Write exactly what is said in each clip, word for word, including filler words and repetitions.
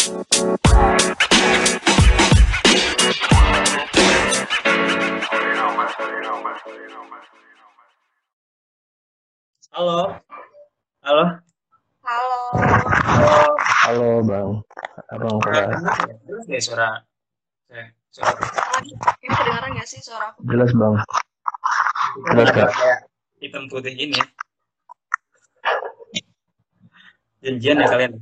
Halo, halo, Halo. halo. Halo Bang, Abang Suara Pras. jelas ya? Jelas ya suara saya? Suara aku? Ini kedengaran nggak sih suara aku? Jelas Bang, Kita jelas kenapa Kak. kayak hitam putih ini ya? Janjian ya kalian?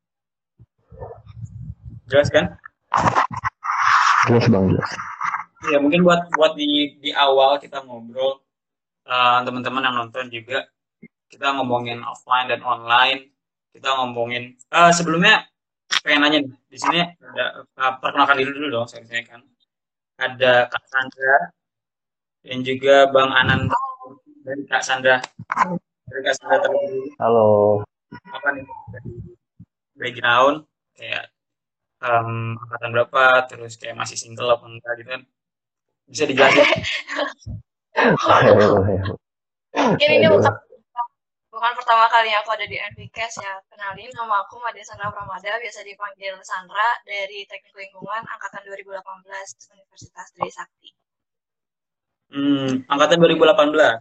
Jelas kan? Jelas Bang, jelas. Ya mungkin buat buat di di awal kita ngobrol, eh, teman-teman yang nonton juga, kita ngomongin offline dan online. Kita ngomongin eh, sebelumnya pengen nanya nih, di sini ada eh, perkenalkan diri dulu dong, saya kan. Ada Kak Sandra dan juga Bang Ananda dari Kak Sandra dari Kak Sandra terlebih dulu. Halo. Apa nih dari background kayak em, angkatan berapa, terus kayak masih single apa enggak gitu kan, bisa dijelasin? Boleh, boleh. Mungkin ini Aduh. bukan bukan pertama kalinya aku ada di N V Cast ya. Kenalin, nama aku Made Sandra Pramada, biasa dipanggil Sandra, dari Teknik Lingkungan angkatan dua ribu delapan belas Universitas Trisakti. Hmm, angkatan dua ribu delapan belas.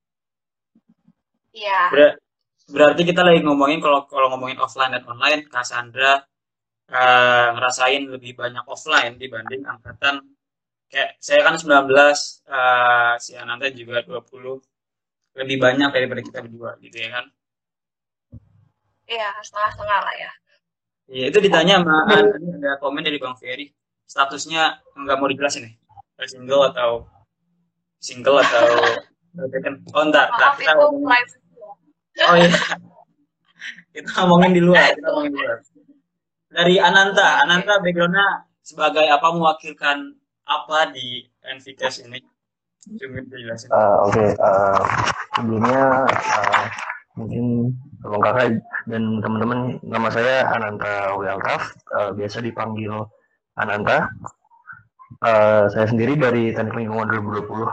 Iya. Ber- berarti kita lagi ngomongin kalau kalau ngomongin offline dan online, Kak Sandra eh, ngerasain lebih banyak offline dibanding angkatan kayak saya kan sembilan belas, eh, si Ananta juga dua puluh, lebih banyak daripada kita berdua gitu ya kan. Iya, setengah-setengah lah ya. Iya, itu ditanya sama An- ada komen dari Bang Ferry, statusnya nggak mau dijelasin nih, single atau single atau oh entar, entar Maaf, kita itu ngomongin. private. Oh iya, kita ngomongin di luar, kita ngomongin di luar. Dari Ananta, Oke. Ananta backgroundnya sebagai apa, mewakilkan apa di N V Cast ini? Cuma dijelasin. Uh, Oke, okay. uh, sebelumnya uh, mungkin Abang Kakak dan teman-teman, nama saya Ananta Wialtaf, uh, biasa dipanggil Ananta. Uh, saya sendiri dari Teknik Lingkungan dua ribu dua puluh.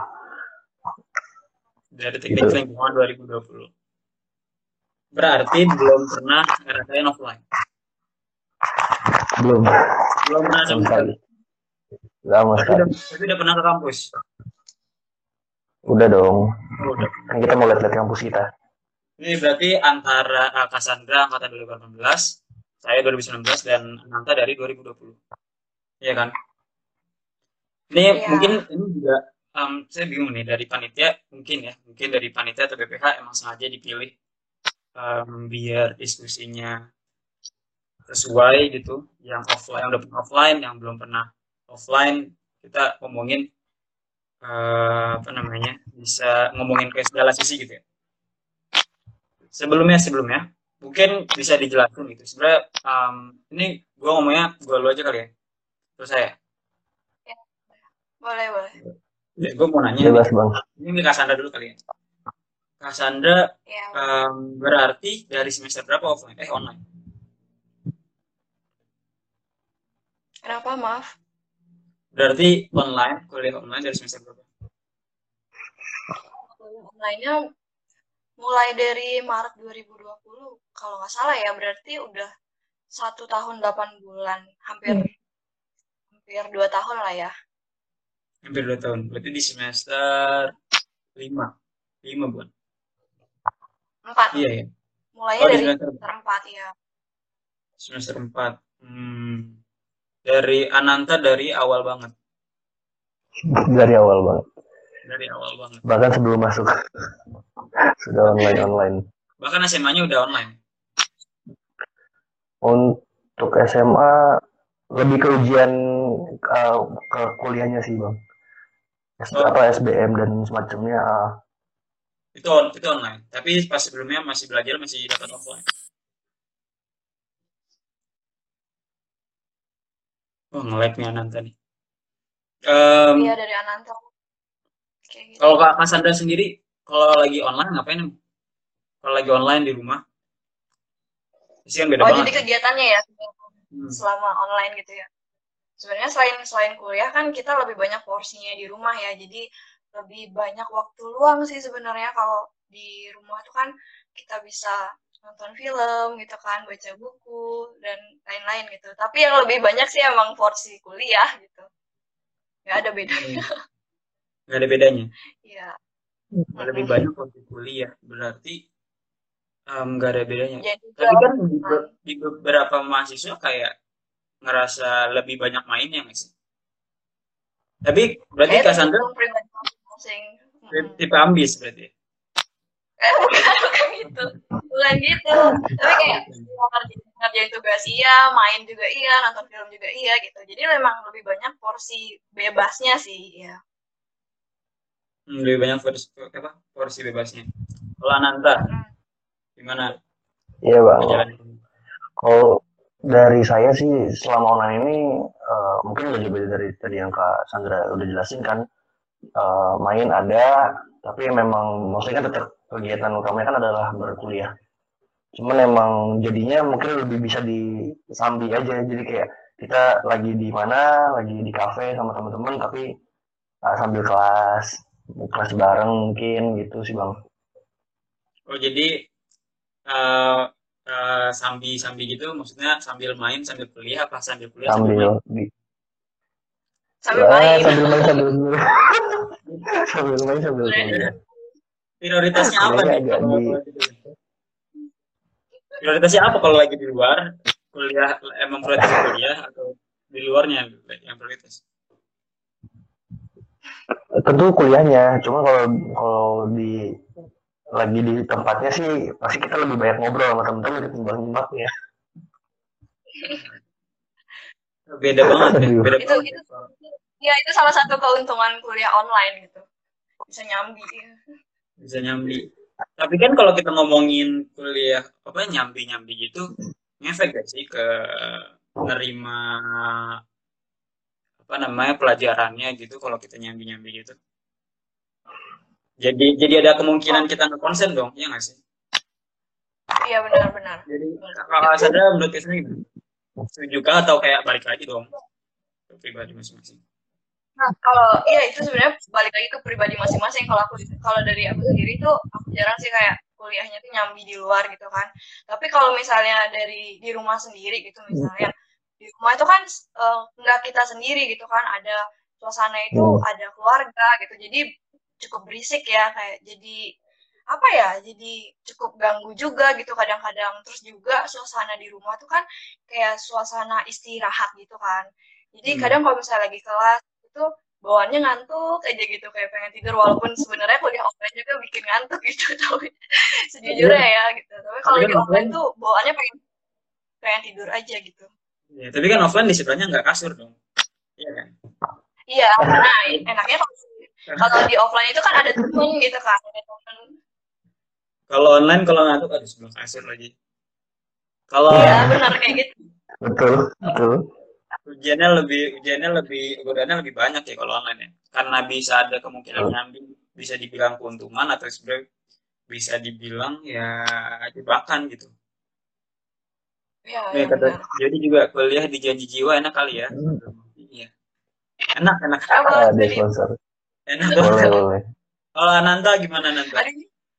Dari Teknik Gitu. Lingkungan dua ribu dua puluh. Berarti belum pernah ngerasain offline? Belum. Belum pernah sama sekali. Lama Tapi sekali. udah, tapi udah pernah ke kampus? Udah dong. Oh, udah. Kan kita mau lihat-lihat kampus kita. Ini berarti antara uh, Cassandra angkatan dua ribu delapan belas, saya dua ribu sembilan belas, dan Ananta dari dua ribu dua puluh. Iya kan? Ini Iya. mungkin ini juga um, saya bingung nih dari panitia, mungkin ya, mungkin dari panitia atau B P H emang sengaja dipilih um, biar diskusinya sesuai gitu, yang offline, yang udah pernah offline, yang belum pernah offline, kita ngomongin uh, apa namanya, bisa ngomongin ke segala sisi gitu ya. Sebelumnya sebelumnya mungkin bisa dijelasin gitu. Sebenarnya um, ini gue ngomongnya gue lu aja kali ya, terus saya. Ya. Boleh, boleh. Ya, gue mau nanya Bebas nih. Bang. Ini Kak Sandra dulu kali ya. Kak Sandra Ya. um, berarti dari semester berapa offline? Eh online? Kenapa, maaf? Berarti online, kuliah online dari semester berapa? Online-nya mulai dari Maret dua ribu dua puluh, kalau nggak salah ya, berarti udah satu tahun delapan bulan, hampir hmm. hampir dua tahun lah ya. Hampir dua tahun. Berarti di semester lima, lima bulan. Empat. Iya ya. Mulainya Oh, di dari semester semester empat ya. Semester empat. Hmm. Dari Ananta dari awal banget. Dari awal banget. Dari awal banget. Bahkan sebelum masuk sudah online online. Bahkan S M A-nya udah online. Untuk S M A lebih ke ujian uh, ke kuliahnya sih Bang. Oh. Apa S B M dan semacamnya. Uh, itu on, itu online. Tapi pas sebelumnya masih belajar, masih dapat offline. Oh, nge-lag nih Ananta nih. Um, iya, dari Ananta. Gitu. Kalau Kak Cassandra sendiri, kalau lagi online ngapain? Kalau lagi online di rumah? Pasti kan beda oh, banget. Jadi kegiatannya ya hmm. selama online gitu ya. Sebenarnya selain selain kuliah kan kita lebih banyak porsinya di rumah ya. Jadi lebih banyak waktu luang sih sebenarnya kalau di rumah tuh kan kita bisa nonton film gitu kan, baca buku dan lain-lain gitu. Tapi yang lebih banyak sih emang porsi kuliah gitu. Nggak ada bedanya. Nggak ada bedanya. Iya. Lebih banyak porsi kuliah berarti um, nggak ada bedanya. Jadi Tapi kan di, be- di beberapa mahasiswa kayak ngerasa lebih banyak mainnya nggak sih? Tapi berarti kayak Cassandra tergantung pribadi masing-masing. Mm. tipe ambis berarti. Eh, bukan bukan gitu, bukan gitu. Tapi kayak ngerjain, ngerjain tugas iya, main juga iya, nonton film juga iya gitu. Jadi memang lebih banyak porsi bebasnya sih ya. Hmm, lebih banyak porsi apa? Porsi bebasnya. Kalau Ananta, gimana? Iya bang. Perjalanan? Kalau dari saya sih selama online ini uh, mungkin lebih beda dari tadi yang Kak Sandra udah jelasin kan. Uh, main ada, tapi memang maksudnya kan tetap kegiatan utamanya kan adalah berkuliah. Cuman emang jadinya mungkin lebih bisa disambi aja. Jadi kayak kita lagi di mana, lagi di kafe sama teman-teman, tapi uh, sambil kelas, kelas bareng mungkin gitu sih bang. Oh jadi uh, uh, sambi-sambi gitu, maksudnya sambil main sambil kuliah apa sambil kuliah sambil, Sambil main? di, Sambil Wah, main. sambil main sambil sambil main sambil kuliah. Prioritasnya apa nih? Agak Kalau di gitu? Prioritasnya apa kalau lagi di luar kuliah, emang prioritas kuliah atau di luarnya yang prioritas? tentu kuliahnya, cuma kalau kalau di lagi di tempatnya sih pasti kita lebih banyak ngobrol sama teman-teman ketimbang nyimaknya. Beda banget ya, Aduh. beda Itu banget. itu ya itu salah satu keuntungan kuliah online gitu. Bisa nyambi. Bisa nyambi. Tapi kan kalau kita ngomongin kuliah apa nyambi-nyambi gitu, ngefek gak sih ke nerima apa namanya pelajarannya gitu kalau kita nyambi-nyambi gitu. Jadi jadi ada kemungkinan kita nggak konsen dong, ya nggak sih? Iya benar-benar. Jadi kalau Sandra menurut Kesni gimana? Setuju kah atau kayak balik lagi dong ke pribadi masing-masing? Nah, kalau iya itu sebenarnya balik lagi ke pribadi masing-masing. Kalau aku kalau dari aku sendiri tuh aku jarang sih kayak kuliahnya tuh nyambi di luar gitu kan. Tapi kalau misalnya dari di rumah sendiri gitu misalnya di rumah itu kan uh, nggak kita sendiri gitu kan, ada suasana itu Hmm. ada keluarga gitu. Jadi cukup berisik ya kayak jadi apa ya jadi cukup ganggu juga gitu kadang-kadang. Terus juga suasana di rumah tuh kan kayak suasana istirahat gitu kan. Jadi Hmm. kadang kalau misalnya lagi kelas itu bawaannya ngantuk aja gitu kayak pengen tidur walaupun sebenarnya kuliah offline juga bikin ngantuk gitu tapi sejujurnya ya gitu. Tapi kalau Tapi kan di offline offline- tuh bawaannya pengen pengen tidur aja gitu. Ya, tapi kan offline di sebenarnya nggak kasur dong. Iya kan? Iya, nah enaknya kalau kalau di offline itu kan ada temen gitu kan, ada temen. Kalau online kalau ngantuk ada sebelah kasur lagi. Kalau Iya benar kayak gitu. Betul, betul. ujiannya lebih ujiannya lebih godaannya lebih banyak ya kalau online ya. Karena bisa ada kemungkinan nyambi, bisa dibilang keuntungan atau sebenarnya bisa dibilang ya jebakan gitu. Iya, Nih, iya kata, benar. jadi juga kuliah di Janji Jiwa enak kali ya. Iya. Enak, enak. Apa Ada dari sponsor. Enak Boleh, banget. boleh. Kalau Ananta gimana Ananta? ada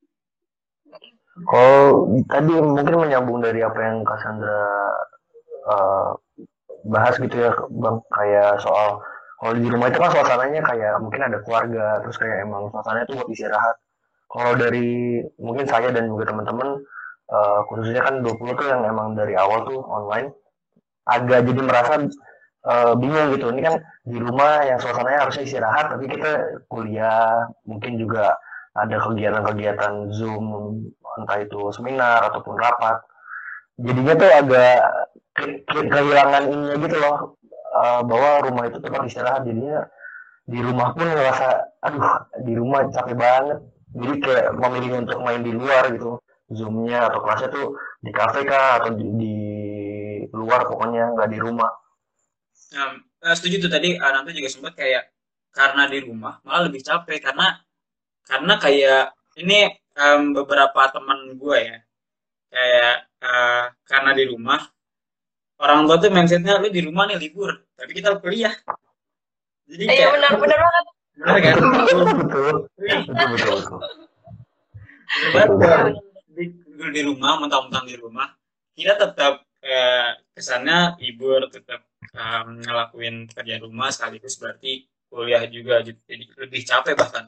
Kalau tadi mungkin menyambung dari apa yang Kak Sandra uh, bahas gitu ya, Bang, kayak soal kalau di rumah itu kan suasananya kayak mungkin ada keluarga, terus kayak emang suasananya tuh buat istirahat. Kalau dari mungkin saya dan juga teman-teman, uh, khususnya kan dua puluh tuh yang emang dari awal tuh online, agak jadi merasa uh, bingung gitu. Ini kan di rumah yang suasananya harusnya istirahat, tapi kita kuliah, mungkin juga ada kegiatan-kegiatan Zoom, entah itu seminar ataupun rapat. Jadinya tuh agak ke- ke- kehilangan ininya gitu loh, uh, bahwa rumah itu tempat istirahat. Jadinya di rumah pun ngerasa, aduh di rumah capek banget. Jadi kayak memilih untuk main di luar gitu, Zoom-nya atau kelasnya tuh di kafe kah atau di, di luar, pokoknya nggak di rumah. Um, setuju tuh tadi Ananta juga sempat kayak karena di rumah malah lebih capek karena karena kayak ini um, beberapa teman gue ya kayak uh, karena di rumah orang tua tuh mindsetnya lu di rumah nih libur tapi kita kuliah jadi iya kayak benar benar banget. benar kan Betul, betul, betul, betul, betul. benar Betul. di, di rumah, mentang-mentang di rumah, kita tetap eh, kesannya libur, tetap em, ngelakuin pekerjaan rumah sekaligus berarti kuliah juga, jadi lebih capek bahkan.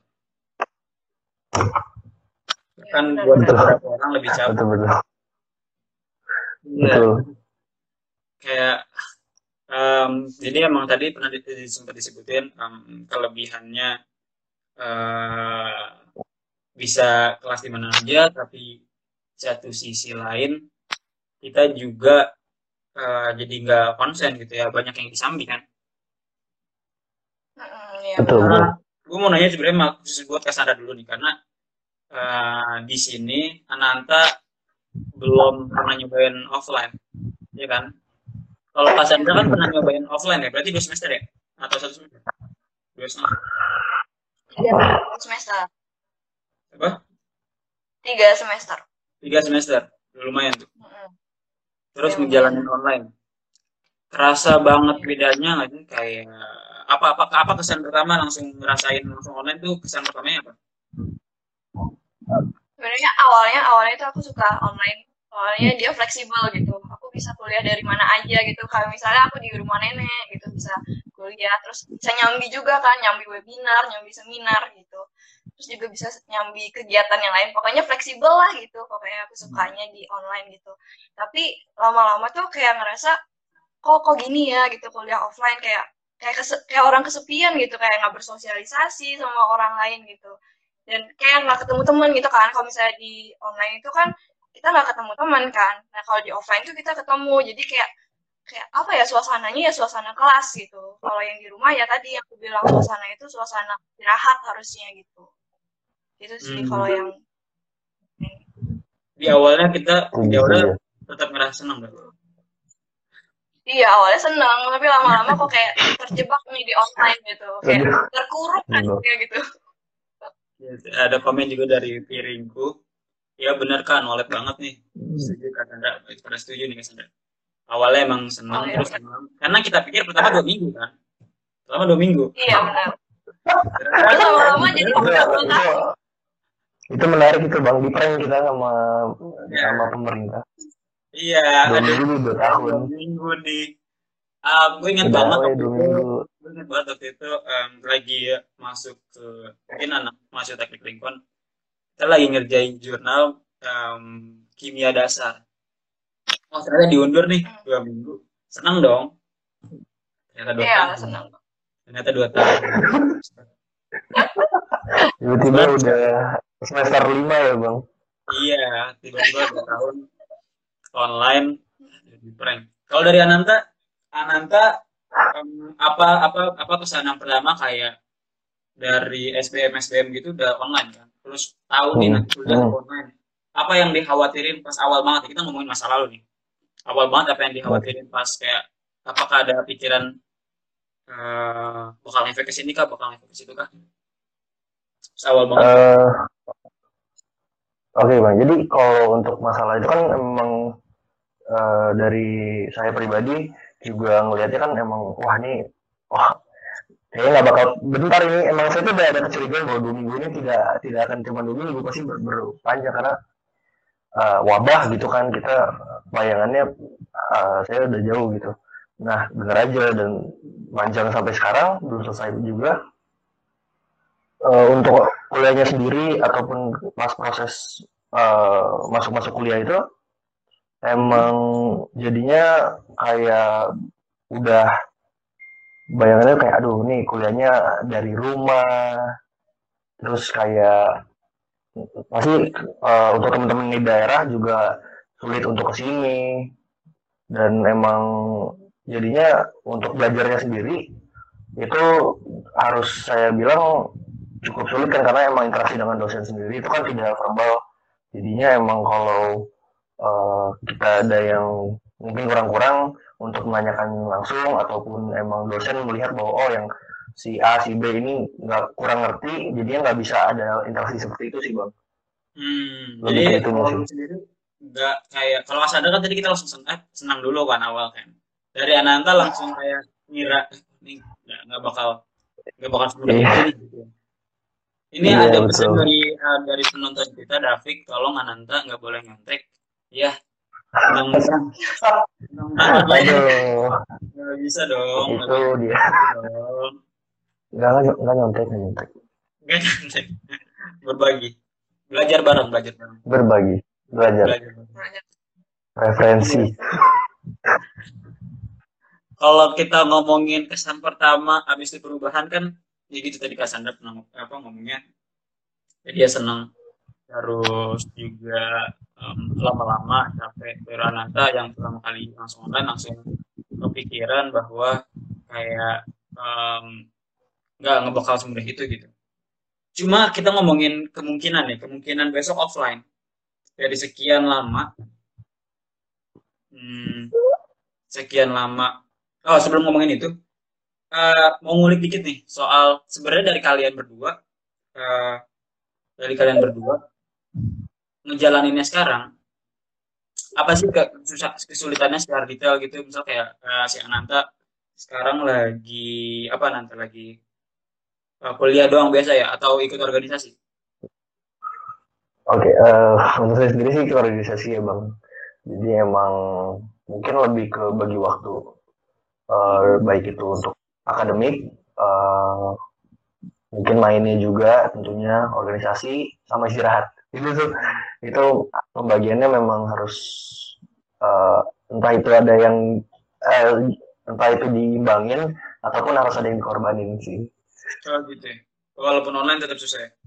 Ya, Kan benar buat benar. Betul, beberapa orang lebih capek. betul, betul, Iya, betul. kayak em, jadi emang tadi pernah di- di- sempat disebutin em, kelebihannya eh, bisa kelas di mana aja, tapi satu sisi lain kita juga eh, jadi nggak konsen gitu ya, banyak yang disambi kan. Mm-mm, iya Betul, benar. betul. Nah, gue mau nanya sebenarnya mak- khusus buat Kasanda dulu nih, karena eh, di sini Ananta belum pernah nyobain offline, ya kan? Kalau Iya. Kasanda kan pernah nyobain offline ya, berarti dua semester ya? Atau satu semester? Dua setengah? Tiga semester. Apa? Tiga semester. Tiga semester, lumayan tuh. Mm-mm. Terus Ya lumayan. ngejalanin online, kerasa banget bedanya nggak sih? Kayak apa apa apa kesan pertama langsung ngerasain langsung online tuh kesan pertamanya apa? Sebenarnya awalnya awalnya itu aku suka online. Soalnya dia fleksibel gitu. Aku bisa kuliah dari mana aja gitu. Kayak misalnya aku di rumah nenek gitu bisa kuliah. Terus bisa nyambi juga kan, nyambi webinar, nyambi seminar gitu. Terus juga bisa nyambi kegiatan yang lain. Pokoknya fleksibel lah gitu. Pokoknya aku sukanya di online gitu. Tapi lama-lama tuh kayak ngerasa kok kok gini ya gitu kuliah offline kayak kayak kese, kayak orang kesepian gitu kayak nggak bersosialisasi sama orang lain gitu dan kayak nggak ketemu teman gitu kan kalau misalnya di online itu kan kita nggak ketemu teman kan nah kalau di offline tuh kita ketemu jadi kayak kayak apa ya suasananya ya suasana kelas gitu kalau yang di rumah ya tadi yang aku bilang suasana itu suasana istirahat harusnya gitu itu sih Hmm. kalau yang Di awalnya kita di Setuju, awalnya setuju. tetap ngerasa senang kan? iya awalnya seneng tapi lama-lama kok kayak terjebak nih di online gitu kayak Setuju. terkurung kan Betul. kayak gitu. Ya, ada komen juga dari piringku. Ya benar kan, oled banget nih. Setuju Kak Sandra, pada setuju nih Kak Sandra. Awalnya emang senang Oh ya terus benar. senang. Karena kita pikir pertama dua minggu kan. Pertama dua minggu. Iya benar. Ternyata Terus lama-lama jadi Itu, dua itu, tahun. itu menarik itu bang, di prank kita sama ya, sama pemerintah. iya, Dua ada minggu, dua dua tahun. minggu nih. Ah, gue ingat Udah, banget oh ya waktu dua itu, minggu. gue ingat banget waktu itu em, lagi masuk ke mungkin anak masuk teknik lingkungan, kita lagi ngerjain jurnal em, kimia dasar. Oh ternyata diundur nih Hmm. dua minggu, senang dong. Ternyata dua Iya tahun, senang. ternyata dua tahun. Tiba-tiba Banget, udah semester lima ya bang. iya, tiba-tiba dua tahun online jadi prank. Kalau dari Ananta, Ananta em, apa apa apa kesan yang pertama kayak dari S B M S B M gitu udah online kan. Terus tahu nih Hmm. nanti kuliah Hmm. online. Apa yang dikhawatirin pas awal banget? Kita ngomongin masa lalu nih. Awal banget apa yang Oke. dikhawatirin pas kayak apakah ada pikiran eh bakal efek ke sini kah, bakal efek ke situ kah? Pas awal banget. Eh, Oke bang, jadi kalau untuk masalah itu kan emang eh, dari saya pribadi juga ngelihatnya kan emang wah nih wah kayaknya nggak bakal bentar ini emang saya tuh udah ada kecurigaan bahwa dua minggu ini tidak tidak akan cuma dua minggu pasti ber, berpanjang karena eh, wabah gitu kan kita bayangannya eh, saya udah jauh gitu. Nah bener aja dan panjang sampai sekarang belum selesai juga. Eh, untuk kuliahnya sendiri ataupun pas proses eh, masuk-masuk kuliah itu emang jadinya kayak udah bayangannya kayak aduh nih kuliahnya dari rumah terus kayak pasti eh, untuk teman-teman di daerah juga sulit untuk kesini dan emang jadinya untuk belajarnya sendiri itu harus saya bilang cukup sulit kan karena emang interaksi dengan dosen sendiri itu kan tidak verbal jadinya emang kalau eh, kita ada yang mungkin kurang-kurang untuk menanyakan langsung ataupun emang dosen melihat bahwa oh yang si A si B ini nggak kurang ngerti jadinya nggak bisa ada interaksi seperti itu sih bang Hmm, lebih jadi ke itunya kalau sih. lu sendiri nggak kayak kalau Mas Ada kan tadi kita langsung senang, eh, senang dulu kan awal kan. Dari Ananta langsung kayak ngira eh, ini nggak nggak bakal nggak bakal semudah Iya, itu nih gitu. Ini Iya ada pesan betul. dari uh, dari penonton kita, David, tolong Ananta nggak boleh nyontek. Ya, undang-undang, undang-undang online Aduh, nggak bisa dong, nggak itu bisa dia. gitu dong. Nggak nggak nggak nyontek nggak nyontek. Nggak nyontek. Berbagi, belajar bareng, belajar bareng, Berbagi, belajar, belajar bareng. referensi. Iya. Kalau kita ngomongin kesan pertama habis itu perubahan kan, ya gitu tadi Kak Sandra pernah apa ngomongnya, ya dia senang. Terus juga em, lama-lama capek. Baru Ananta yang pertama kali langsung online langsung kepikiran bahwa kayak em, nggak nggak bakal semudah itu gitu. Cuma kita ngomongin kemungkinan nih, kemungkinan besok offline dari sekian lama, hmm, sekian lama. Oh sebelum ngomongin itu, eh, mau ngulik dikit nih soal sebenarnya dari kalian berdua, eh, dari kalian berdua ngejalaninnya sekarang apa sih ke, susah kesulitannya secara detail gitu, misal kayak eh, si Ananta sekarang lagi apa nanti lagi eh, kuliah doang biasa ya atau ikut organisasi. Oke, eh untuk saya sendiri sih ke organisasi ya bang. Jadi emang mungkin lebih ke bagi waktu, eh, baik itu untuk akademik, eh, mungkin mainnya juga tentunya organisasi sama istirahat. Itu tuh itu pembagiannya memang harus, eh, entah itu ada yang eh, entah itu diimbangin ataupun harus ada yang dikorbanin sih. Oh gitu ya, walaupun online tetap susah ya.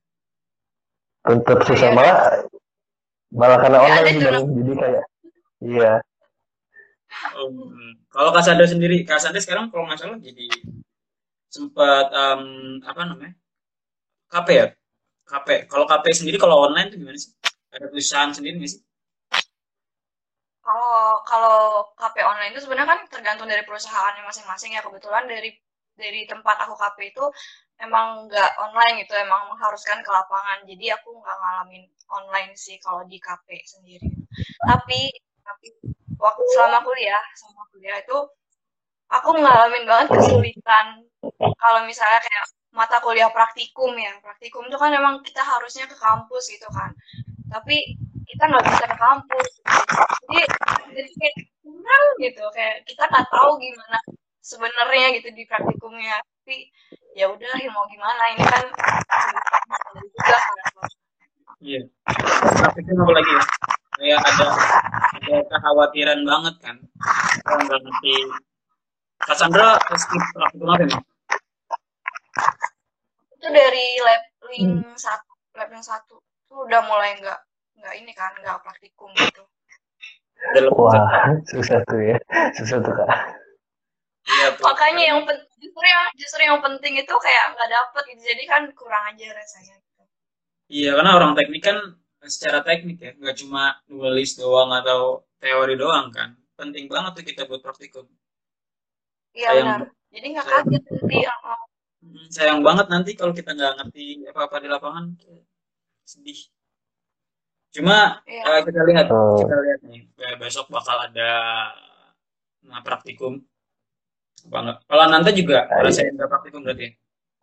Tetap Oh susah iya dong. malah malah karena Ya online ada sih tuh. bang. Jadi kayak iya. Oh, hmm. Kalau Kak Sandra sendiri, Kak Sandra sekarang kalau nggak salah jadi sempat em, apa namanya K P ya, K P. Kalau K P sendiri kalau online tuh gimana sih, ada perusahaan sendiri nggak sih? Kalau kalau K P online itu sebenarnya kan tergantung dari perusahaannya masing-masing ya. Kebetulan dari dari tempat aku K P itu emang nggak online gitu, emang mengharuskan ke lapangan. Jadi aku nggak ngalamin online sih kalau di K P sendiri. Tapi tapi waktu selama kuliah, selama kuliah itu aku ngalamin banget kesulitan kalau misalnya kayak mata kuliah praktikum ya. Praktikum itu kan emang kita harusnya ke kampus gitu kan. Tapi kita nggak bisa ke kampus gitu. Jadi jadi kayak kurang gitu, kayak kita nggak tahu gimana sebenarnya gitu di praktikumnya. Tapi ya udah, ya mau gimana, ini kan juga kan. Iya. Praktikum apa lagi ya? Kayak ada ada kekhawatiran banget kan. Orang nggak ngerti. Kak Sandra skip praktikum apa nih? Itu dari lab link satu, lab yang satu itu udah mulai nggak nggak ini kan, nggak praktikum gitu. Dalam Wah, susah tuh ya. Susah tuh kak. Iya tuh. Makanya yang justru yang justru yang penting itu kayak nggak dapet gitu, jadi kan kurang aja rasanya gitu. Iya, karena orang teknik kan secara teknik ya, nggak cuma nulis doang atau teori doang kan. Penting banget tuh kita buat praktikum. Iya Sayang, benar, jadi nggak sayang, kaget nanti. Oh, sayang banget nanti kalau kita nggak ngerti apa-apa di lapangan. Sedih. Cuma iya. eh, kita lihat, Hmm, kita lihat nih, eh, besok bakal ada nah, praktikum. Apa enggak? Kalau nanti juga ngerasain nggak praktikum berarti ya?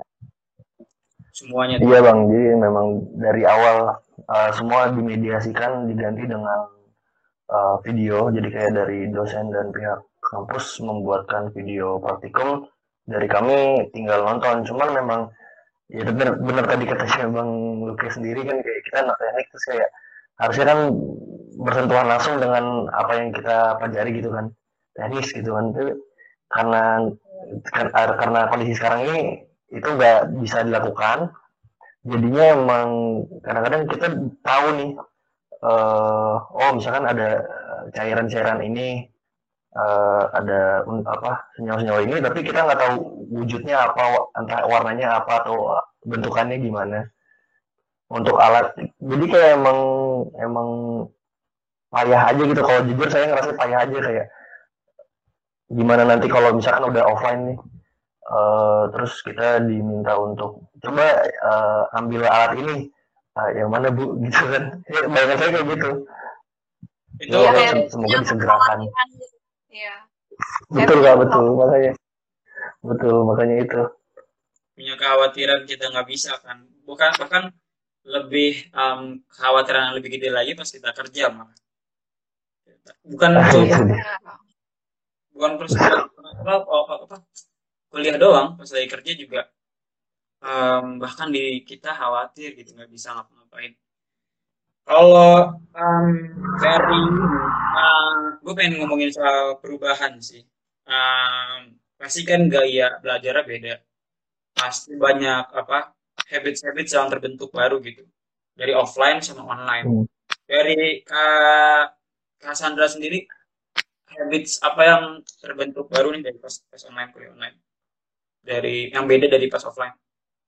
Semuanya tuh. iya bang. Jadi memang dari awal, eh, semua dimediasikan diganti dengan, eh, video. Jadi kayak dari dosen dan pihak kampus membuatkan video praktikum, dari kami tinggal nonton. Cuman memang ya bener bener tadi kata si bang Luki sendiri kan, kayak kita anak teknik terus kayak harusnya kan bersentuhan langsung dengan apa yang kita pelajari gitu kan, teknis gitu kan. Tapi karena kan- karena kondisi sekarang ini itu nggak bisa dilakukan, jadinya emang kadang-kadang kita tahu nih, eh oh misalkan ada cairan-cairan ini, eh, ada un- apa senyawa-senyawa ini, tapi kita nggak tahu wujudnya apa, entah warnanya apa atau bentukannya gimana untuk alat. Jadi kayak emang emang payah aja gitu. Kalau jujur saya ngerasa payah aja, kayak gimana nanti kalau misalkan udah offline nih, eh, terus kita diminta untuk coba, eh, ambil alat ini. Ah, yang mana bu gitu kan. Ya, bayangan saya kayak gitu. Itu Ya, Iya eh, kayak semoga punya disegerakan. kekhawatiran gitu. Iya. Kayak Betul punya kak, betul kekhawatiran. makanya betul makanya itu. punya kekhawatiran kita nggak bisa kan, bukan bahkan lebih um, kekhawatiran yang lebih gede lagi pas kita kerja malah, bukan Ah, cuma itu dia. bukan terus apa, apa, apa kuliah doang, pas lagi kerja juga um, bahkan di kita khawatir gitu nggak bisa ngapa-ngapain. Kalau um, dari uh, gue pengen ngomongin soal perubahan sih. Um, pasti kan gaya belajarnya beda. Pasti banyak apa habits-habits yang terbentuk baru gitu. Dari offline sama online. Hmm. Dari Kak, Kak Sandra sendiri, habits apa yang terbentuk baru nih dari pas, pas online kuliah online? Dari yang beda dari pas offline?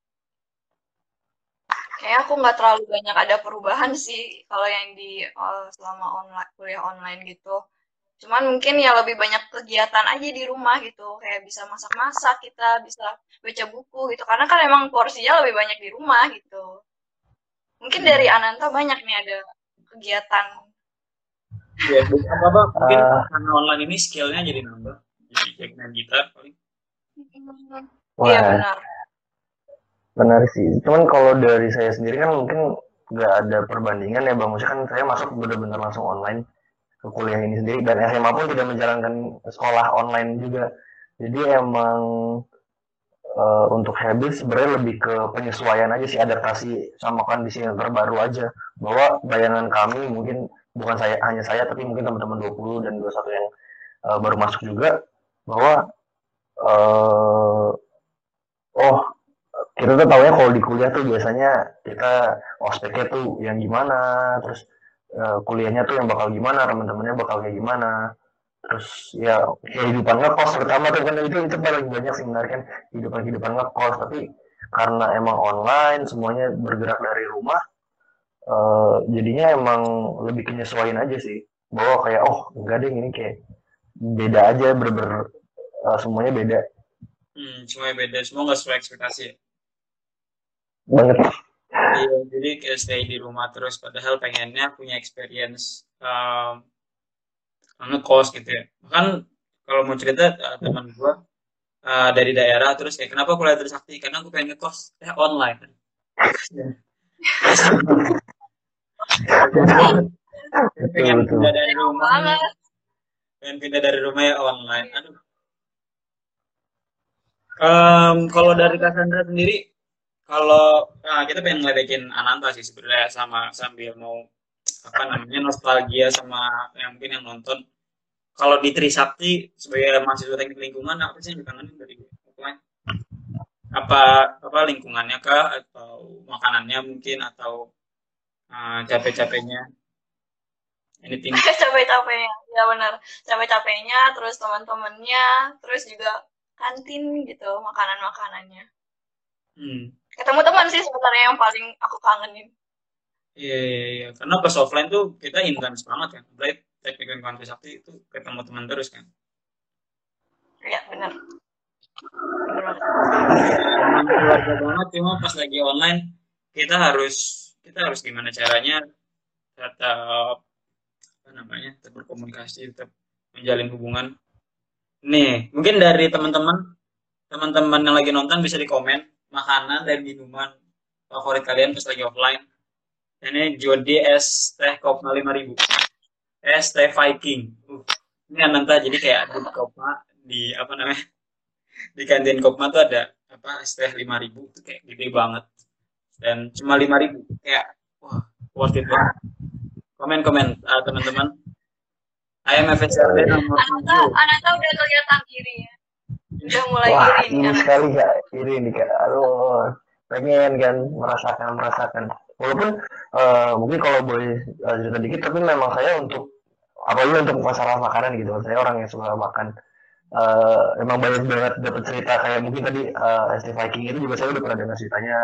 Kayaknya aku nggak terlalu banyak ada perubahan sih kalau yang di eh, selama online kuliah online gitu. Cuman mungkin ya lebih banyak kegiatan aja di rumah gitu. Kayak bisa masak-masak kita, bisa baca buku gitu. Karena kan emang porsinya lebih banyak di rumah gitu. Mungkin dari Hmm. Ananta banyak nih ada kegiatan. Ya, bukan apa-apa. Mungkin Ah, karena online ini skillnya jadi nambah. Jadi kayak main gitar paling. Iya wah, benar. benar sih. Cuman kalau dari saya sendiri kan mungkin nggak ada perbandingan ya Bang. Maksudnya kan saya masuk benar-benar langsung online ke kuliah ini sendiri dan S M A pun tidak menjalankan sekolah online juga. Jadi emang eh, untuk habit sebenarnya lebih ke penyesuaian aja sih, adaptasi sama kondisi yang terbaru aja. Bahwa bayangan kami mungkin bukan saya hanya saya tapi mungkin teman-teman dua puluh dan dua puluh satu yang eh, baru masuk juga bahwa eh, oh kita tuh tahu ya kalau di kuliah tuh biasanya kita ospeknya tuh yang gimana, terus eh, kuliahnya tuh yang bakal gimana, teman-temannya bakal kayak gimana, terus ya kehidupan ngekos terutama tuh kan itu itu paling banyak sih sebenarnya kan kehidupan kehidupan ngekos tapi karena emang online semuanya bergerak dari rumah eh, jadinya emang lebih penyesuaian aja sih bahwa kayak oh enggak deh ini kayak beda aja ber-ber eh, semuanya beda Hmm, semuanya beda. Semua nggak sesuai ekspektasi ya. banget. Iya, jadi kayak stay di rumah terus. Padahal pengennya punya experience um, ngekos gitu ya. Bahkan kalau mau cerita uh, teman gue uh, dari daerah terus kayak kenapa kuliah Trisakti? Karena aku pengen ngekos eh online. Biasa banget. Biasa banget. Betul Pengen betul. pindah dari Sayang rumah ya. banget. Pengen pindah dari rumah ya online. Aduh. Em, kalau Sayang dari banget. Cassandra sendiri, kalau nah, kita pengen ngeledekin Ananta sih sebenarnya sama sambil mau apa namanya nostalgia sama yang mungkin yang nonton. Kalau di Trisakti sebagai mahasiswa teknik lingkungan apa sih yang dikangenin dari offline? Apa apa lingkungannya kah atau makanannya mungkin atau uh, capek-capeknya anything? Capek-capeknya. Ya benar. Capek-capeknya, terus teman-temannya, terus juga kantin gitu, makanan-makanannya. Hmm. Ketemu teman sih sebenarnya yang paling aku kangenin. Iya, iya, iya. Karena pas offline tuh kita intens banget kan. Berarti teknik lingkungan Trisakti itu ketemu teman terus kan. Iya benar. Benar banget. Emang keluarga banget cuma pas lagi online kita harus kita harus gimana caranya tetap apa namanya tetap berkomunikasi tetap menjalin hubungan. Nih mungkin dari teman-teman teman-teman yang lagi nonton bisa di komen makanan dan minuman favorit kalian pas lagi offline. Ini Jody es teh kopma lima ribu, es teh Viking. Uh, ini nanti jadi kayak di kopma di apa namanya di kantin kopma tuh ada apa es teh lima ribu tuh kayak gede banget dan cuma lima ribu kayak wah worth it banget. Komen komen uh, teman-teman. I M F S R D nomor Ananta, tujuh. Ananta udah kelihatan iri ya. Udah mulai Wah iri nih ini Ananta. sekali kak ini nih kak aduh pengen kan merasakan merasakan walaupun eh, mungkin kalau boleh eh, cerita dikit tapi memang saya untuk apalagi untuk masalah makanan gitu saya orang yang suka makan. Eh, emang banyak banget dapat cerita kayak mungkin tadi eh, S T Viking itu juga saya udah pernah dengar ceritanya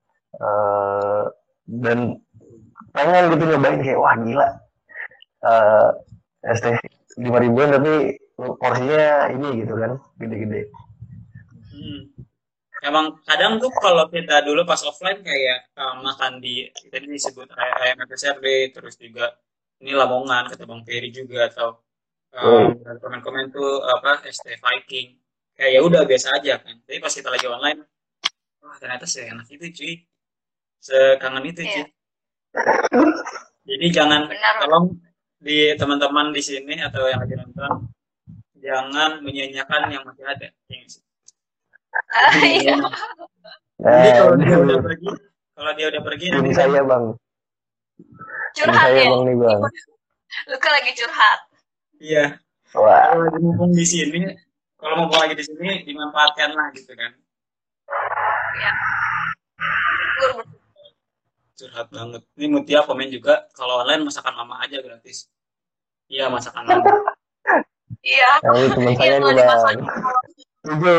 eh, dan pengen gitu nyobain kayak wah gila eh, S T lima ribuan tapi porsinya ini gitu kan gede-gede. Hmm. Emang kadang tuh kalau kita dulu pas offline kayak uh, makan di tadi disebut I M F S R D terus juga ini Lamongan kata Bang Ferry juga atau um, Woi, dan komen-komen tuh apa S T Viking kayak ya udah biasa aja kan. Tapi pas kita lagi online wah ternyata seenak itu cuy, sekangen itu cuy. Iya, Jadi jangan, benar. tolong di teman-teman di sini atau yang lagi nonton, jangan menyia-nyiakan yang masih ada. Ya nggak sih? Ah, Jadi iya, jadi Eh, kalau dia udah aduh, pergi, kalau dia udah pergi tim nanti kan, saya bang, tim curhat saya ya. bang nih bang. Luka lagi curhat. iya, Wah, kalau lagi mumpung di sini, kalau mumpung lagi di sini dimanfaatkan lah gitu kan. Ya, betul, betul. Curhat banget. Ini Mutia komen juga kalau online masakan mama aja gratis. Iya masakan mama. Iya, nah ini teman iya saya kalau nih dimasak. bang. Setuju.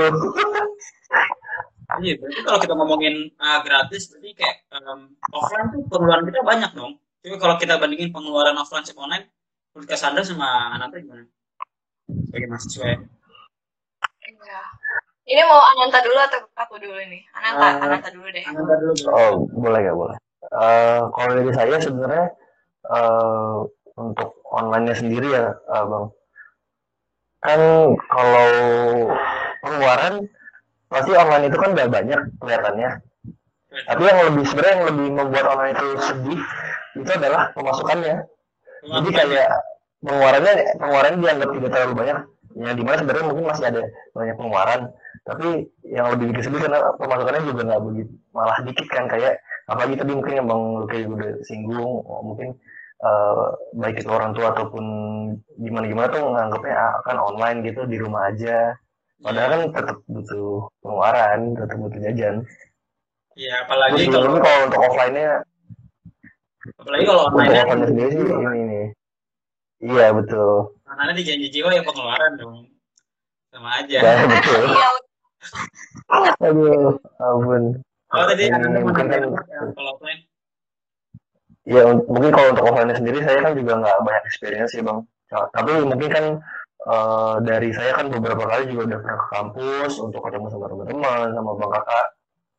Iya, berarti kalau kita ngomongin uh, gratis, berarti kayak um, offline tuh pengeluaran kita banyak dong. Tapi kalau kita bandingin pengeluaran offline sama online, menurut Cassandra sama Ananta gimana? Sebagai mahasiswa ya. Iya. Ini mau Ananta dulu atau aku dulu nih? Ananta, Uh, Ananta dulu deh. Ananta dulu. Bro. Oh boleh ya boleh. Eh, kalau dari saya sebenarnya eh, untuk online-nya sendiri ya eh, bang, kan kalau pengeluaran pasti online itu kan udah banyak kelihatannya. Tapi yang lebih sebenarnya yang lebih membuat online itu sedih itu adalah pemasukannya. Jadi kayak pengeluarannya pengeluarannya dianggap tidak terlalu banyak. Yang dimana sebenarnya mungkin masih ada banyak pengeluaran. Tapi yang lebih bikin sedih karena pemasukannya juga nggak begitu, malah dikit kan kayak apalagi tadi mungkin yang bang Luki udah singgung oh, mungkin uh, baik itu orang tua ataupun gimana gimana tuh nganggapnya akan online gitu di rumah aja. Padahal kan tetap butuh pengeluaran, tetap butuh jajan. Iya, apalagi Terus kalau kalau untuk offline-nya, apalagi kalau untuk online-nya offline sendiri sih ini nih. Iya betul. online di janji jiwa ya pengeluaran dong. Sama aja. Ya betul. Iya, Aduh, ampun. Oh tadi Ini Ananda mau mungkin kan, nambahin ya, kalau offline. ya un- mungkin kalau untuk offline sendiri saya kan juga nggak banyak experience sih bang. Nah, tapi mungkin kan eh, dari saya kan beberapa kali juga udah pernah ke kampus untuk ketemu sama teman-teman, sama bang kakak.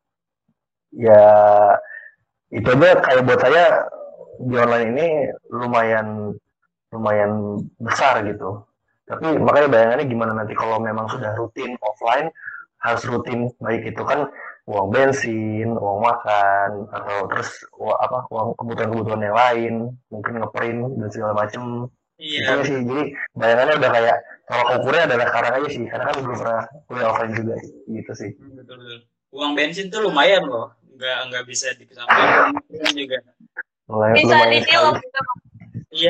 Ya itu aja kayak buat saya di online ini lumayan lumayan besar gitu. Tapi makanya bayangannya gimana nanti kalau memang sudah rutin offline, harus rutin baik itu kan uang bensin, uang makan, atau terus uang, apa uang kebutuhan-kebutuhan yang lain, mungkin ngeprint dan segala macem. Iya. Itu sih, jadi bayangannya udah kayak kalau ukurnya adalah sekarang aja sih, karena kan belum pernah kuliah offline juga gitu sih. Hmm, betul betul. Uang bensin tuh lumayan loh. Nggak nggak bisa disampaikan juga. Lumayan, bisa lumayan ditilok sekali. gitu. Iya.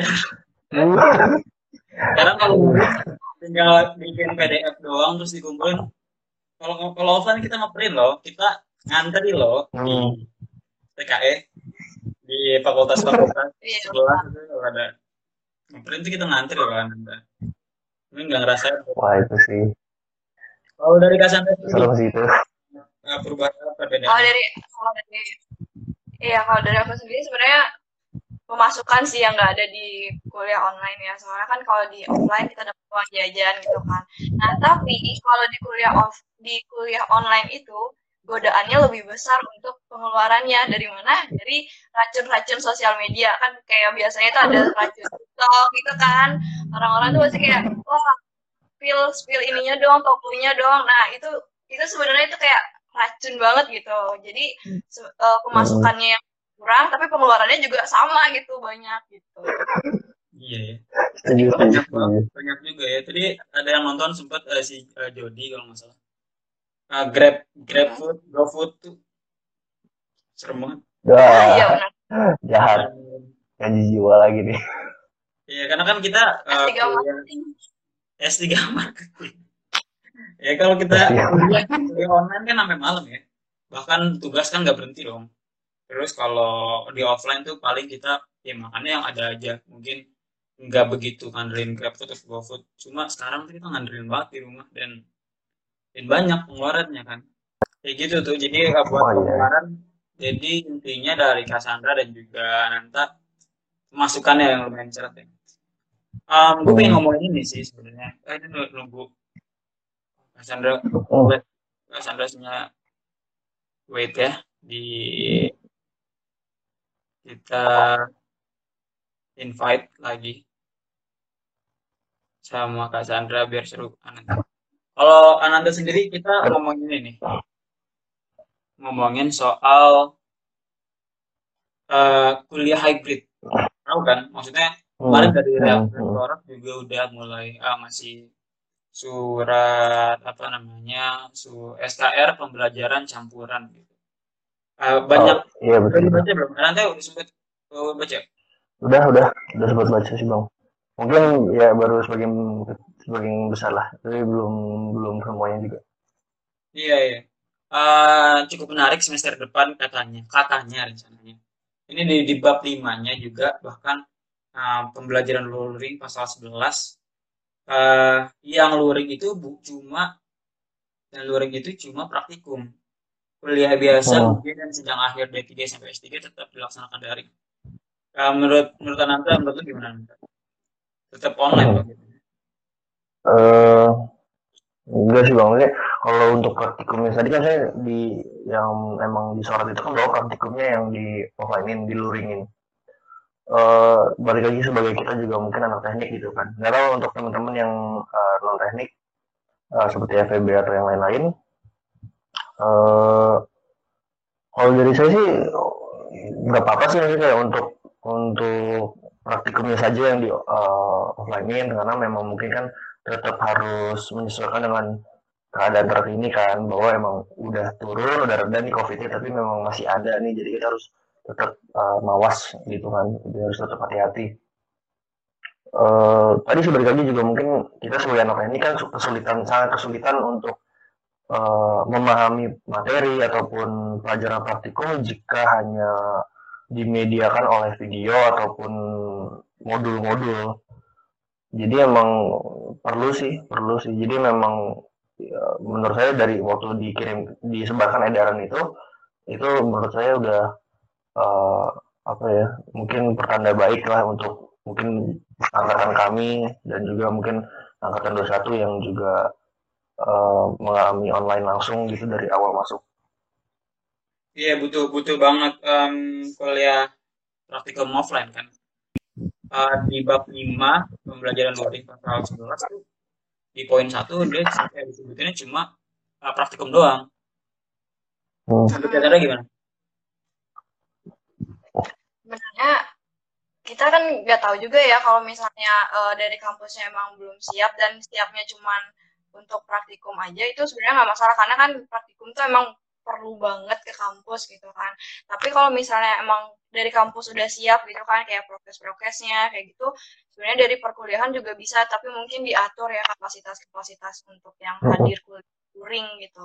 Sekarang kalau nulis tinggal bikin P D F doang terus dikumpulin. Kalau kalau offline kita ngeprint loh, kita ngantri loh di Hmm. T K E di fakultas-fakultas Iya. sebelah itu kalau ada ngeprint tuh kita ngantri loh kan. Ini nggak ngerasain. Wah itu sih Kalau dari Cassandra sendiri serem sih itu. eh, perubahan apa perbedaan? Kalau dari, kalau dari, iya kalau dari aku sendiri sebenarnya pemasukan sih yang nggak ada di kuliah online ya. Soalnya kan kalau di offline kita dapat uang jajan gitu kan. Nah tapi kalau di kuliah off di kuliah online itu godaannya lebih besar untuk pengeluarannya dari mana? Dari racun-racun sosial media kan kayak biasanya itu ada racun TikTok gitu kan. Orang-orang tuh pasti kayak wah spill spill ininya dong, tokonya dong. Nah itu itu sebenarnya itu kayak racun banget gitu. Jadi se- uh, pemasukannya yang kurang, tapi pengeluarannya juga sama gitu banyak gitu. Iya ya. Setuju, setuju, Banyak setuju. banget, banyak juga ya. Tadi ada yang nonton sempat eh, si eh, Jody kalau nggak salah. Ah, Grab, Grab Hmm. Food, GoFood tuh serem banget. Ah, iya Wah, benar. jahat. Dan, Janji jiwa lagi nih. ya karena kan kita S eh, tiga kuliah marketing. S tiga marketing. Ya kalau kita S tiga. kuliah, kuliah online kan sampai malam ya. Bahkan tugas kan nggak berhenti dong. Terus kalau di offline tuh paling kita ya makannya yang ada aja. Mungkin nggak begitu ngandelin GrabFood atau GoFood. Cuma sekarang tuh kita ngandelin banget di rumah dan dan banyak pengeluarannya kan. Kayak gitu tuh. Jadi uh, buat Oh iya. pengeluaran. Jadi intinya dari Cassandra dan juga Nanta masukannya yang lumayan cerah ya. Um, gue pengen Hmm. ngomongin ini sih sebenarnya. Eh, ini nunggu- nunggu Cassandra, Hmm. Cassandra-nya wait ya di kita invite lagi sama Kak Sandra biar seru Ananda. Kalau Ananda sendiri kita ngomongin ini. ngomongin soal uh, kuliah hybrid. Tahu kan? Maksudnya kemarin dari rektorat juga udah mulai uh, ngasih surat apa namanya su S K R pembelajaran campuran gitu. Uh, banyak oh, iya betul. Udah baca belum? Nanti udah sempat uh, baca. Udah udah udah sempat baca sih bang. Mungkin ya baru sebagian sebagian besar lah, tapi belum belum semuanya juga. Iya iya. Uh, cukup menarik semester depan katanya, katanya rencananya. Ini di, di bab limanya juga bahkan uh, pembelajaran luring pasal sebelas uh, yang luring itu bu, cuma yang luring itu cuma praktikum. Kuliah biasa Hmm. mungkin dan sedang akhir D tiga sampai S tiga tetap dilaksanakan daring. Uh, menurut menurut Ananta, menurut lu gimana? Tetap online Hmm. Pak? Uh, enggak sih bang, ini kalau untuk praktikumnya tadi kan saya di yang emang disorot itu kan bahwa praktikumnya yang di offline-in, diluringin. Uh, balik lagi sebagai kita juga mungkin anak teknik gitu kan. Nggak tahu untuk teman-teman yang uh, non teknik uh, seperti F E B atau yang lain-lain. Uh, kalau dari saya sih nggak apa-apa sih kayak untuk untuk praktikumnya saja yang di uh, offline-in karena memang mungkin kan tetap harus menyesuaikan dengan keadaan terkini kan bahwa emang udah turun udah reda nih covidnya tapi memang masih ada nih jadi kita harus tetap uh, mawas gitu kan jadi harus tetap hati-hati. Uh, tadi sebenarnya lagi juga mungkin kita sebagai anak ini kan kesulitan sangat kesulitan untuk uh, memahami materi ataupun pelajaran praktikum jika hanya dimediakan oleh video ataupun modul-modul. Jadi emang perlu sih, perlu sih. Jadi memang ya, menurut saya dari waktu dikirim disebarkan edaran itu, itu menurut saya udah uh, apa ya, mungkin pertanda baik lah untuk mungkin angkatan kami dan juga mungkin angkatan dua puluh satu yang juga uh, mengalami online langsung gitu dari awal masuk. Iya butuh butuh banget um, kuliah praktikum offline kan. Uh, di bab lima pembelajaran luring pasal sebelas tuh di poin satu dia eh, disebutinnya cuma uh, praktikum doang. Hmm. Menurut Chandra gimana? Sebenarnya kita kan nggak tahu juga ya kalau misalnya uh, dari kampusnya emang belum siap dan siapnya cuman untuk praktikum aja itu sebenarnya nggak masalah karena kan praktikum tuh emang perlu banget ke kampus gitu kan. Tapi kalau misalnya emang dari kampus udah siap gitu kan kayak prokes-prokesnya kayak gitu sebenarnya dari perkuliahan juga bisa tapi mungkin diatur ya kapasitas-kapasitas untuk yang hadir kuliah gitu.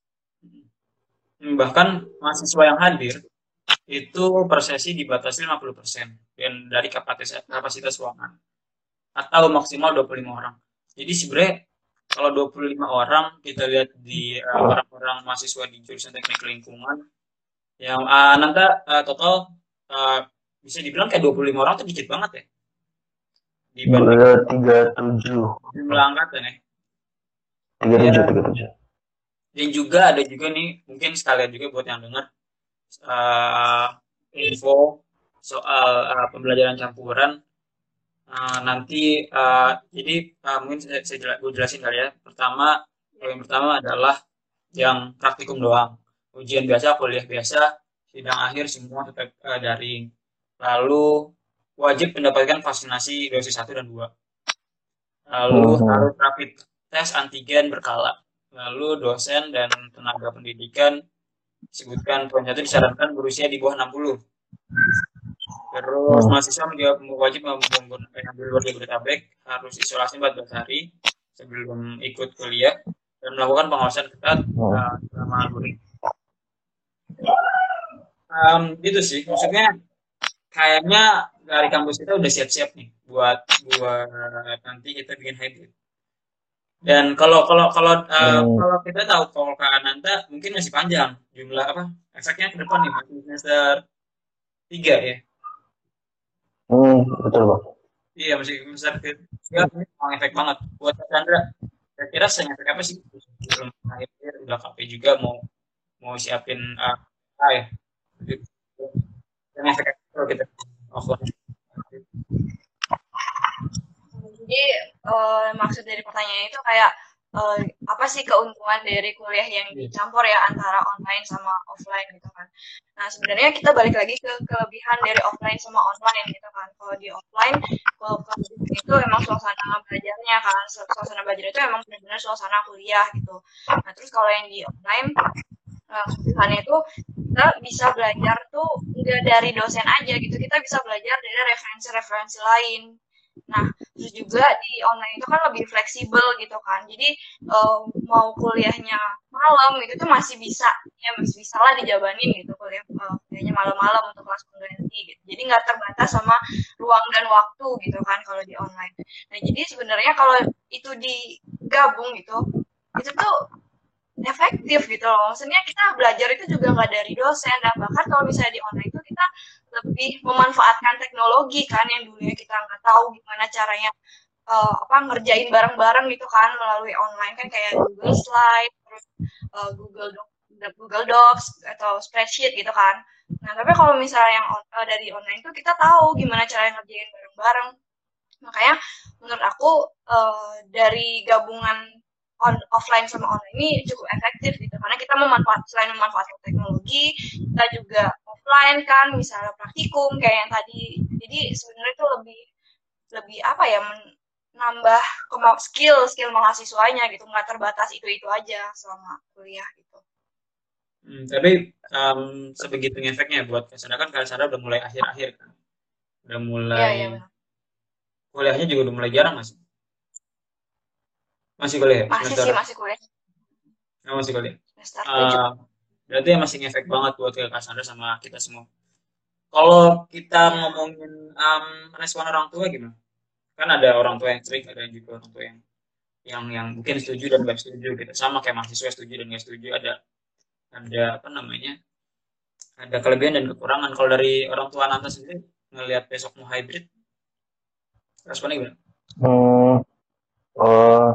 Bahkan mahasiswa yang hadir itu per sesi dibatasi lima puluh persen dan dari kapasitas kapasitas ruangan atau maksimal dua puluh lima orang. Jadi sebenarnya kalau dua puluh lima orang kita lihat di uh, orang-orang mahasiswa di jurusan teknik lingkungan yang uh, nanti uh, total uh, bisa dibilang kayak dua puluh lima orang itu dikit banget ya dibanding tiga puluh tujuh jumlah angkatan ya. tiga puluh tujuh, tiga puluh tujuh. Dan juga ada juga nih mungkin sekalian juga buat yang dengar uh, info soal uh, pembelajaran campuran. Uh, nanti uh, jadi uh, mungkin saya, saya jela, gue jelasin kali ya. Pertama, yang pertama adalah yang praktikum doang. Ujian biasa, kuliah biasa, sidang akhir semua tetap uh, daring. Lalu wajib mendapatkan vaksinasi dosis satu dan dua. Lalu Hmm. harus rapid tes antigen berkala. Lalu dosen dan tenaga pendidikan disebutkan poin satu disarankan berusia di bawah enam puluh. Terus hmm. mahasiswa wajib menggunakan di luar Jabodetabek harus isolasi empat belas hari sebelum ikut kuliah dan melakukan pengawasan ketat uh, selama luring. Um, gitu sih, maksudnya kayaknya dari kampus kita udah siap-siap nih buat buat nanti kita bikin hybrid. Dan kalau kalau kalau uh, hmm. kalau kita tahu kalau Kak Ananta mungkin masih panjang jumlah apa efeknya ke depan nih masih semester tiga ya. Hmm, betul Bang. Iya masih semester tiga ini efek banget buat Chandra. Kira-kira se-efek apa sih belum akhir udah K P juga mau mau siapin uh, ah ya. Efek kalau kita offline. Jadi uh, maksud dari pertanyaan itu kayak uh, apa sih keuntungan dari kuliah yang dicampur ya antara online sama offline gitu kan. Nah sebenarnya kita balik lagi ke kelebihan dari offline sama online gitu kan. Kalau di offline, kalau kelebihan itu emang suasana belajarnya kan, suasana belajar itu emang benar-benar suasana kuliah gitu. Nah terus kalau yang di online, uh, kelebihannya itu kita bisa belajar tuh nggak dari dosen aja gitu, kita bisa belajar dari referensi-referensi lain. Nah, terus juga di online itu kan lebih fleksibel gitu kan. Jadi uh, mau kuliahnya malam itu tuh masih bisa, ya masih bisa lah dijabanin gitu kuliah uh, kuliahnya malam-malam untuk kelas pengganti gitu. Jadi nggak terbatas sama ruang dan waktu gitu kan kalau di online. Nah, jadi sebenarnya kalau itu digabung gitu, itu tuh efektif gitu loh. Maksudnya kita belajar itu juga nggak dari dosen, dan bahkan kalau misalnya di online itu kita lebih memanfaatkan teknologi kan yang dulunya kita nggak tahu gimana caranya uh, apa ngerjain bareng-bareng gitu kan melalui online kan kayak Google Slide, terus uh, Google Doc, Google Docs atau spreadsheet gitu kan. Nah tapi kalau misalnya yang uh, dari online itu kita tahu gimana caranya ngerjain bareng-bareng. Makanya menurut aku uh, dari gabungan on offline sama online ini cukup efektif gitu karena kita memanfaat selain memanfaatkan teknologi kita juga offline kan misalnya praktikum kayak yang tadi, jadi sebenarnya itu lebih lebih apa ya menambah skill skill mahasiswanya gitu, nggak terbatas itu itu aja selama kuliah gitu. Hmm, tapi um, sebegitu efeknya buat Cassandra kan Cassandra udah mulai akhir-akhir kan, udah mulai ya, ya, kuliahnya juga udah mulai jarang masih masih kuliah ya? Masih Semester sih masih kuliah. Oh, masih kuliah. Semester tujuh. Uh, berarti ya masih ngefek banget buat ke Cassandra sama kita semua. Kalau kita Ya. ngomongin um, respon orang tua gimana? Kan ada orang tua yang strict, ada juga orang tua yang yang yang mungkin setuju dan nggak setuju gitu. Sama kayak mahasiswa setuju dan nggak setuju. Ada ada apa namanya? Ada kelebihan dan kekurangan. Kalau dari orang tua Nanta sendiri ngelihat besok mau hybrid, responnya gimana? Hmm, uh,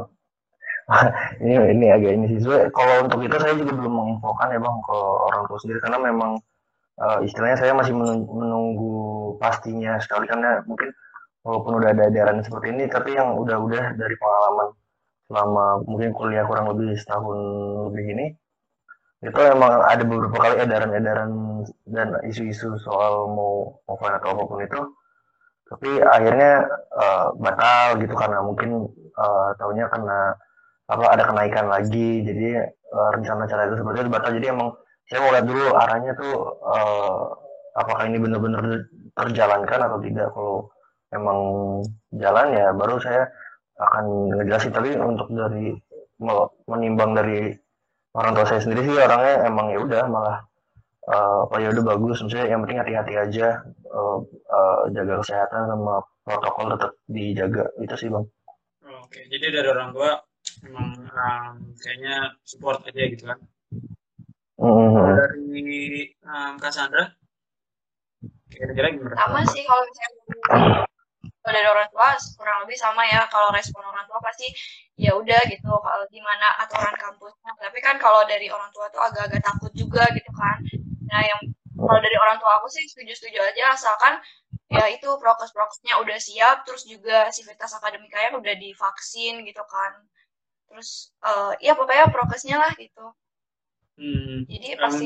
ini ini agak ini sih. Kalau untuk itu saya juga belum menginfokan ya bang ke orang tua sendiri karena memang uh, istilahnya saya masih menunggu pastinya sekali karena mungkin walaupun udah ada edaran seperti ini tapi yang udah-udah dari pengalaman selama mungkin kuliah kurang lebih setahun lebih ini itu emang ada beberapa kali edaran-edaran dan isu-isu soal mau offline atau apapun itu tapi akhirnya uh, batal gitu karena mungkin uh, tahunya karena apa ada kenaikan lagi jadi uh, rencana cara itu seperti itu batal jadi emang saya mau lihat dulu arahnya tuh uh, apakah ini benar-benar terjalankan atau tidak kalau emang jalan ya baru saya akan ngejelasin tapi untuk dari menimbang dari orang tua saya sendiri sih orangnya emang ya udah malah uh, apa ya udah bagus maksudnya yang penting hati-hati aja uh, uh, jaga kesehatan sama protokol tetap dijaga itu sih bang. Oke, jadi dari orang tua memang um, kayaknya support aja gitu kan. Mm-hmm. Kalau dari um, Cassandra, kira-kira gimana? Sama sih kalau misalnya kalau dari orang tua kurang lebih sama ya, kalau respon orang tua pasti ya udah gitu kalau gimana aturan kampusnya, tapi kan kalau dari orang tua tuh agak-agak takut juga gitu kan. Nah yang kalau dari orang tua aku sih setuju-setuju aja asalkan ya itu prokes-prokesnya udah siap, terus juga sivitas akademikanya udah divaksin gitu kan, terus uh, ya pokoknya prokesnya lah gitu. Hmm, Jadi um, pasti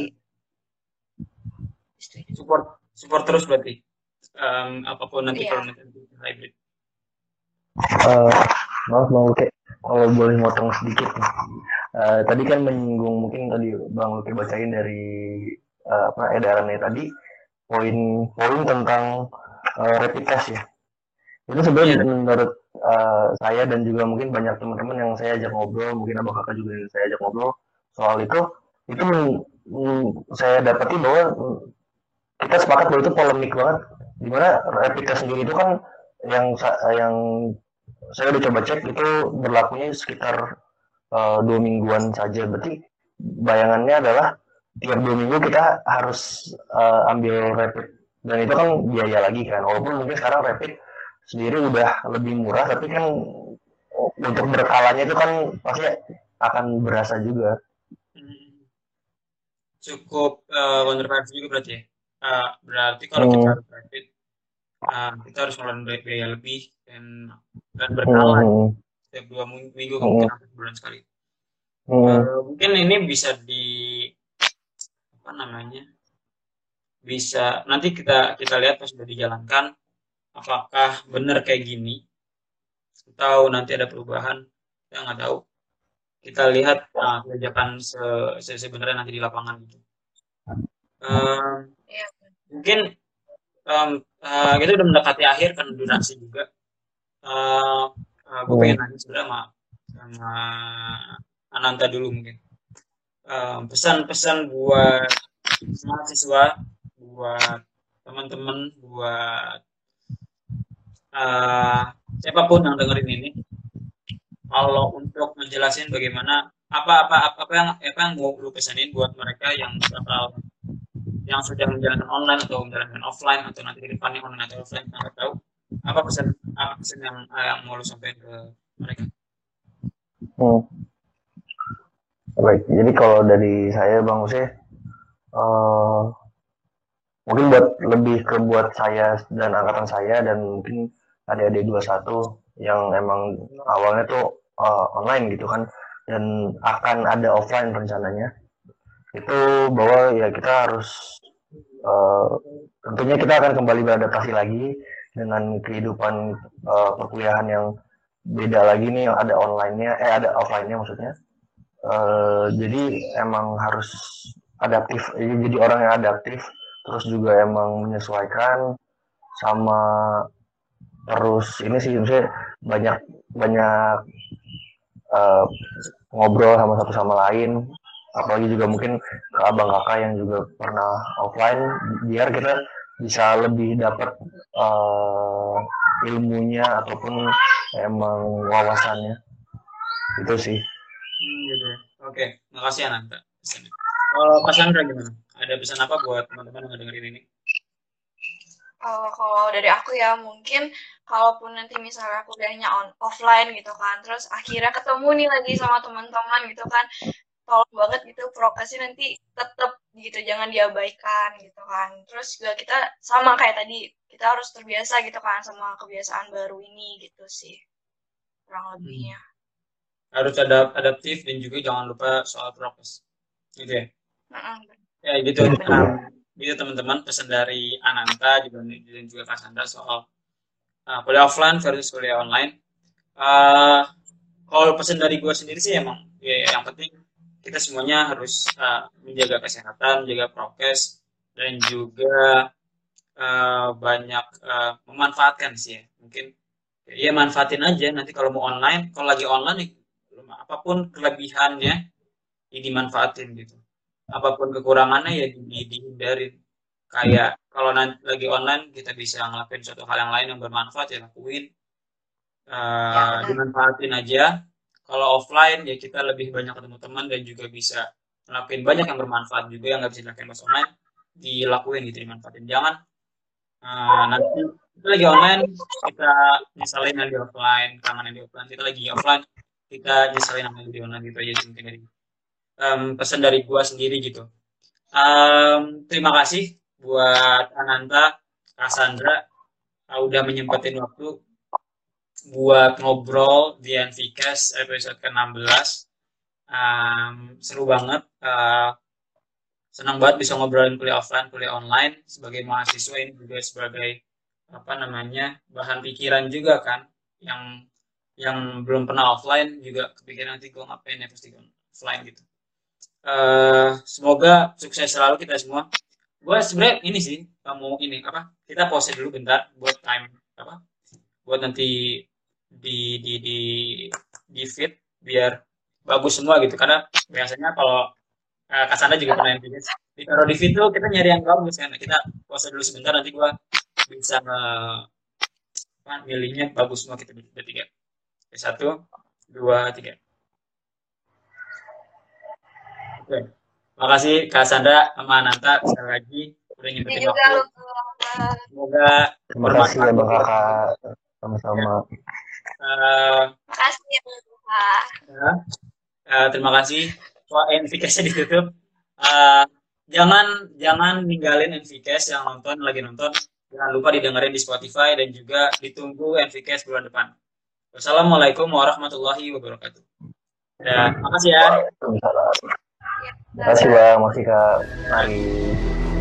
support support terus berarti um, apapun nanti iya. kalau nanti hybrid. Uh, maaf mau kayak kalau boleh motong sedikit nih. Uh, tadi kan menyinggung mungkin tadi Bang Luki bacain dari uh, apa edarannya tadi poin-poin tentang uh, rapid test ya. Itu sebenarnya yeah. menurut uh, saya dan juga mungkin banyak teman-teman yang saya ajak ngobrol, mungkin abang kakak juga yang saya ajak ngobrol soal itu, itu mm, saya dapati bahwa mm, kita sepakat bahwa itu polemik banget. Dimana rapid test sendiri itu kan yang yang saya udah coba cek itu berlakunya sekitar uh, dua mingguan saja. Berarti bayangannya adalah tiap dua minggu kita harus uh, ambil rapid dan itu kan biaya lagi kan. Walaupun mungkin sekarang rapid sendiri udah lebih murah, tapi kan untuk berkalanya itu kan pasti akan berasa juga. Hmm. Cukup uh, kontroversi juga berarti ya. Uh, berarti kalau hmm. kita harus rapid, uh, kita harus ngeluarin biaya lebih dan dan berkala. Hmm. setiap dua minggu Hmm. mungkin hampir sebulan sekali. Hmm. Eh, mungkin ini bisa di apa namanya bisa nanti kita kita lihat pas sudah dijalankan apakah benar kayak gini atau nanti ada perubahan, kita nggak tahu. Kita lihat uh, kebijakan se- se- sebenarnya nanti di lapangan gitu. Um, Iya. mungkin um, uh, kita udah mendekati akhir kan durasi juga. Uh, uh, gue pengen nanya sebenarnya sama, sama Ananta dulu mungkin. Um, pesan-pesan buat mahasiswa, buat teman-teman, buat uh, siapapun yang dengerin ini, kalau untuk menjelasin bagaimana apa apa apa, apa yang apa yang mau lu pesanin buat mereka yang bakal yang sudah menjalankan online atau menjalankan offline atau nanti ke depannya online atau offline, nggak tahu apa pesan apa pesan yang yang mau lu sampaikan ke mereka. Hmm. Baik, jadi kalau dari saya Bang Use, uh, mungkin buat lebih ke buat saya dan angkatan saya dan mungkin adik-adik dua puluh satu yang emang awalnya tuh uh, online gitu kan dan akan ada offline rencananya, itu bahwa ya kita harus uh, tentunya kita akan kembali beradaptasi lagi dengan kehidupan uh, perkuliahan yang beda lagi nih, yang ada online-nya, eh ada offline-nya maksudnya. Uh, jadi emang harus adaptif, jadi orang yang adaptif, terus juga emang menyesuaikan sama terus ini sih maksudnya banyak banyak uh, ngobrol sama satu sama lain, apalagi juga mungkin ke abang kakak yang juga pernah offline, biar kita bisa lebih dapat uh, ilmunya ataupun emang wawasannya itu sih. Hmm, gitu ya. Oke, makasih Ananta. Pesannya. Kalau Pak Sandra gimana? Ada pesan apa buat teman-teman yang dengerin ini? Uh, kalau dari aku ya mungkin kalaupun nanti misalnya kuliahnya on offline gitu kan, terus akhirnya ketemu nih lagi sama teman-teman gitu kan, tolong banget gitu prokesnya nanti tetap gitu, jangan diabaikan gitu kan. Terus juga kita sama kayak tadi, kita harus terbiasa gitu kan sama kebiasaan baru ini gitu sih kurang lebihnya. Hmm. Harus ada adaptif dan juga jangan lupa soal prokes. Gitu ya. Mm-mm. Ya gitu. Ya, benar. Um, gitu teman-teman pesan dari Ananta juga dan juga Kak Sandra soal uh, kuliah offline versus kuliah online. Uh, kalau pesan dari gue sendiri sih emang ya, yang penting kita semuanya harus uh, menjaga kesehatan, menjaga prokes dan juga uh, banyak uh, memanfaatkan sih ya. Mungkin ya manfaatin aja nanti kalau mau online, kalau lagi online apapun kelebihannya ya dimanfaatin gitu. Apapun kekurangannya ya di, dihindarin. Kayak kalau nanti lagi online kita bisa ngelakuin suatu hal yang lain yang bermanfaat ya lakuin. Uh, Ya, dimanfaatin aja. Kalau offline ya kita lebih banyak ketemu teman dan juga bisa ngelakuin banyak yang bermanfaat juga yang nggak bisa dilakuin pas online dilakuin gitu dimanfaatin. Jangan uh, nanti kita lagi online kita nyesalin yang di offline, kangen yang di offline. Kita lagi offline kita nyesalin yang di online gitu aja sih mungkin dari um, pesan dari gua sendiri gitu. Um, terima kasih buat Ananta, Cassandra uh, udah menyempetin waktu buat ngobrol di Nvcast episode ke enam belas. Um, seru banget. Uh, senang banget bisa ngobrolin kuliah offline, kuliah online. Sebagai mahasiswa ini juga sebagai apa namanya bahan pikiran juga kan. Yang yang belum pernah offline juga kepikiran nanti gue ngapain ya pasti offline gitu. Uh, semoga sukses selalu kita semua. Gue sebenarnya ini sih kamu ini apa? Kita pause dulu bentar buat time apa? Buat nanti di di di di feed biar bagus semua gitu karena biasanya kalau uh, Kasana juga pernah yang ditaruh di feed tuh kita nyari yang bagus kan kita pause dulu sebentar nanti gua bisa uh, milihnya bagus semua kita bertiga satu dua tiga oke makasih Kak Sandra sama Nanta sekali lagi udah nyempetin juga waktu lu. semoga Terima kasih ya Bang Kakak, sama-sama. Uh, Makasih ya Kak. ya. Uh, terima kasih. Wah, Nvcast ditutup. Uh, jangan jangan ninggalin Nvcast yang nonton lagi nonton. Jangan lupa didengerin di Spotify dan juga ditunggu Nvcast bulan depan. Wassalamualaikum warahmatullahi wabarakatuh. Dan makasih ya. Waalaikumsalam. Terima kasih Bang, masih Kak. Mari.